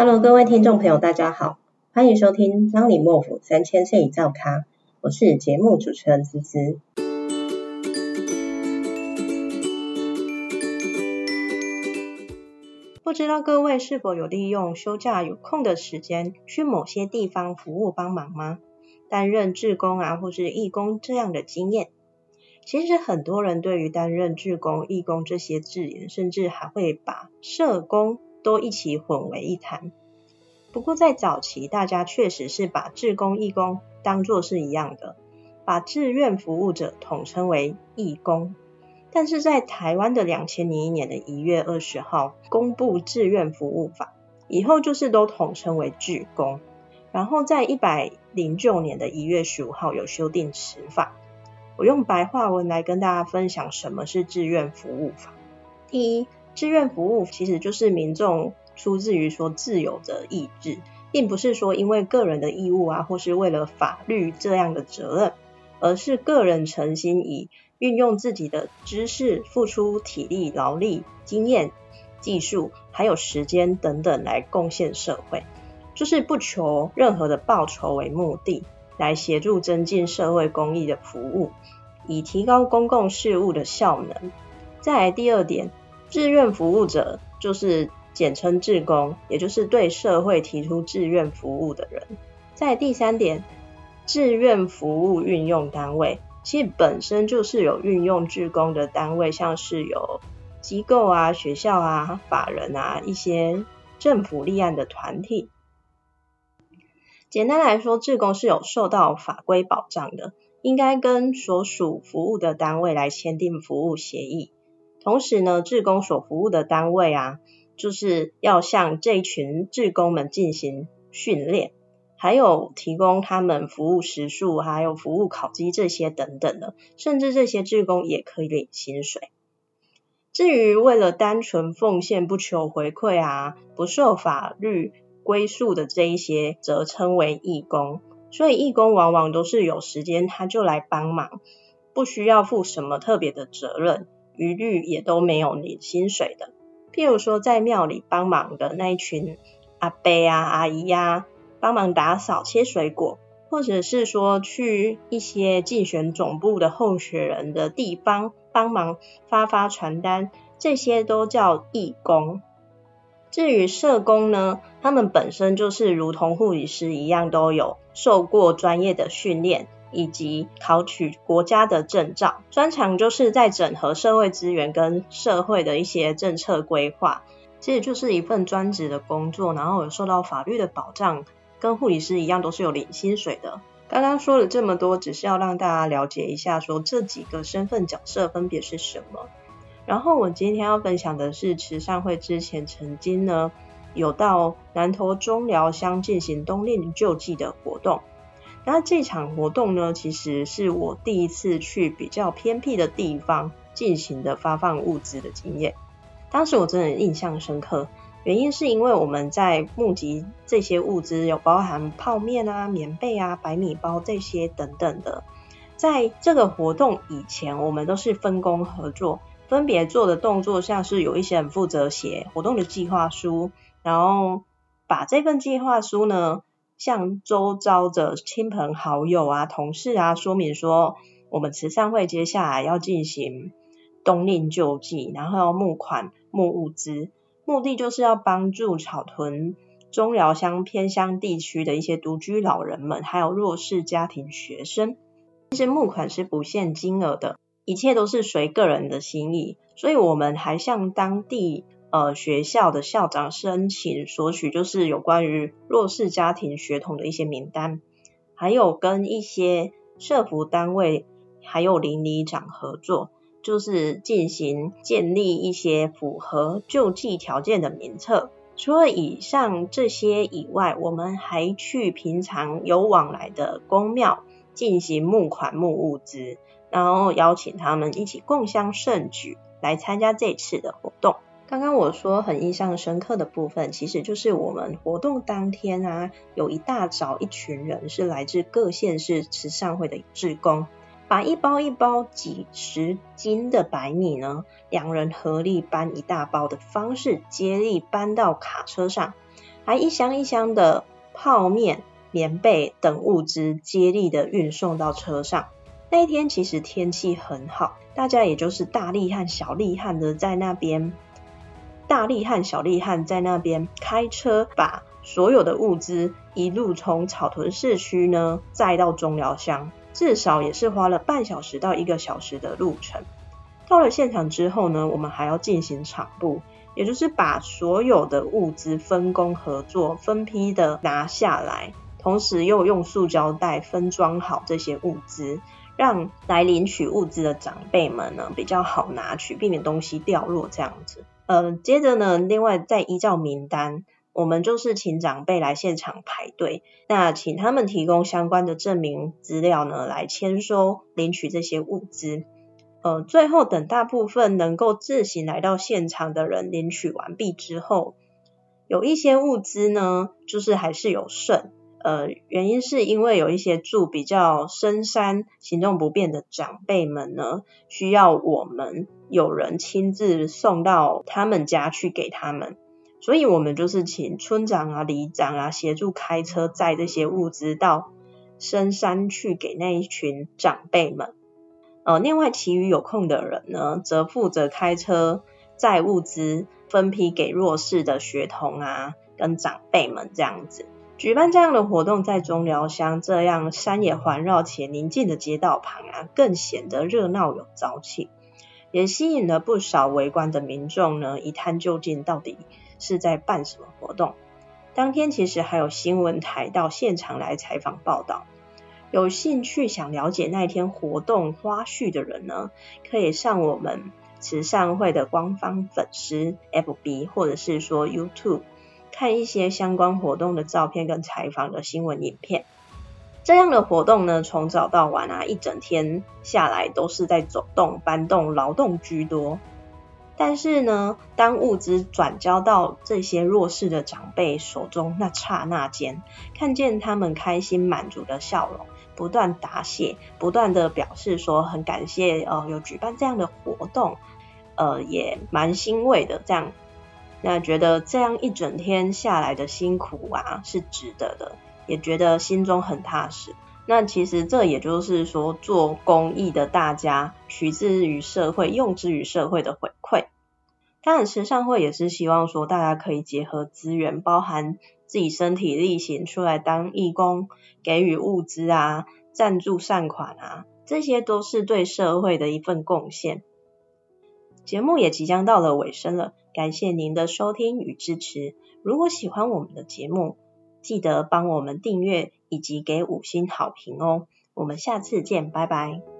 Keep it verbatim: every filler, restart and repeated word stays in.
Hello， 各位听众朋友，大家好，欢迎收听张李莫府三千岁一灶咖，我是节目主持人思思。不知道各位是否有利用休假有空的时间去某些地方服务帮忙吗？担任志工啊或是义工这样的经验。其实很多人对于担任志工、义工这些字眼，甚至还会把社工都一起混为一谈。不过在早期，大家确实是把志工、义工当作是一样的，把志愿服务者统称为义工。但是在台湾的二零零一年的一月二十号公布志愿服务法，以后就是都统称为志工。然后在一百零九年的一月十五号有修订此法。我用白话文来跟大家分享什么是志愿服务法。第一，志愿服务其实就是民众出自于说自由的意志，并不是说因为个人的义务啊，或是为了法律这样的责任，而是个人诚心以运用自己的知识，付出体力、劳力、经验、技术，还有时间等等来贡献社会，就是不求任何的报酬为目的，来协助增进社会公益的服务，以提高公共事务的效能。再来第二点，志愿服务者就是简称志工，也就是对社会提出志愿服务的人。再来第三点，志愿服务运用单位，其实本身就是有运用志工的单位，像是有机构啊、学校啊、法人啊、一些政府立案的团体。简单来说，志工是有受到法规保障的，应该跟所属服务的单位来签订服务协议。同时呢，志工所服务的单位啊，就是要向这群志工们进行训练，还有提供他们服务时数，还有服务考绩这些等等的，甚至这些志工也可以领薪水。至于为了单纯奉献不求回馈啊，不受法律归宿的这一些，则称为义工。所以义工往往都是有时间他就来帮忙，不需要负什么特别的责任，一律也都没有领薪水的。譬如说在庙里帮忙的那一群阿伯啊、阿姨啊，帮忙打扫、切水果，或者是说去一些竞选总部的候选人的地方帮忙发发传单，这些都叫义工。至于社工呢，他们本身就是如同护理师一样，都有受过专业的训练，以及考取国家的证照，专长就是在整合社会资源跟社会的一些政策规划，其实就是一份专职的工作，然后有受到法律的保障，跟护理师一样都是有领薪水的。刚刚说了这么多，只是要让大家了解一下说这几个身份角色分别是什么。然后我今天要分享的是慈善会之前曾经呢有到南投中寮乡进行冬令救济的活动。那这场活动呢，其实是我第一次去比较偏僻的地方进行的发放物资的经验。当时我真的印象深刻，原因是因为我们在募集这些物资，有包含泡面啊、棉被啊、白米包这些等等的。在这个活动以前，我们都是分工合作，分别做的动作像是有一些人负责写活动的计划书，然后把这份计划书呢向周遭的亲朋好友啊、同事啊说明说，我们慈善会接下来要进行冬令救济，然后要募款募物资，目的就是要帮助草屯中寮乡偏乡地区的一些独居老人们，还有弱势家庭学生。其实募款是不限金额的，一切都是随个人的心意，所以我们还向当地呃学校的校长申请索取就是有关于弱势家庭学童的一些名单，还有跟一些社福单位还有邻里长合作，就是进行建立一些符合救济条件的名册。除了以上这些以外，我们还去平常有往来的公庙进行募款募物资，然后邀请他们一起共襄盛举来参加这次的活动。刚刚我说很印象深刻的部分，其实就是我们活动当天啊，有一大早一群人是来自各县市慈善会的志工，把一包一包几十斤的白米呢，两人合力搬一大包的方式接力搬到卡车上， 还一箱一箱的泡面、棉被等物资接力的运送到车上。那一天其实天气很好，大家也就是大力汉、小力汉的在那边，大力汉、小力汉在那边开车把所有的物资一路从草屯市区呢载到中寮乡，至少也是花了半小时到一个小时的路程。到了现场之后呢，我们还要进行场布，也就是把所有的物资分工合作，分批的拿下来，同时又用塑胶袋分装好这些物资，让来领取物资的长辈们呢比较好拿取，避免东西掉落这样子。呃，接着呢，另外再依照名单，我们就是请长辈来现场排队，那请他们提供相关的证明资料呢，来签收领取这些物资。呃，最后等大部分能够自行来到现场的人领取完毕之后，有一些物资呢，就是还是有剩。呃，原因是因为有一些住比较深山、行动不便的长辈们呢，需要我们有人亲自送到他们家去给他们，所以我们就是请村长啊、里长啊协助开车载这些物资到深山去给那一群长辈们。呃，另外其余有空的人呢，则负责开车载物资，分批给弱势的学童啊跟长辈们这样子。举办这样的活动在中寮乡这样山野环绕且宁静的街道旁啊，更显得热闹有朝气，也吸引了不少围观的民众呢，一探究竟到底是在办什么活动。当天其实还有新闻台到现场来采访报道，有兴趣想了解那一天活动花絮的人呢，可以上我们慈善会的官方粉丝 F B 或者是说 YouTube 看一些相关活动的照片跟采访的新闻影片。这样的活动呢，从早到晚啊，一整天下来都是在走动、搬动、劳动居多。但是呢，当物资转交到这些弱势的长辈手中那刹那间，看见他们开心满足的笑容，不断答谢，不断的表示说很感谢呃有举办这样的活动，呃也蛮欣慰的这样。那觉得这样一整天下来的辛苦啊是值得的，也觉得心中很踏实。那其实这也就是说，做公益的大家取之于社会，用之于社会的回馈。当然慈善会也是希望说大家可以结合资源，包含自己身体力行出来当义工，给予物资啊、赞助善款啊，这些都是对社会的一份贡献。节目也即将到了尾声了，感谢您的收听与支持。如果喜欢我们的节目，记得帮我们订阅以及给五星好评哦。我们下次见，拜拜。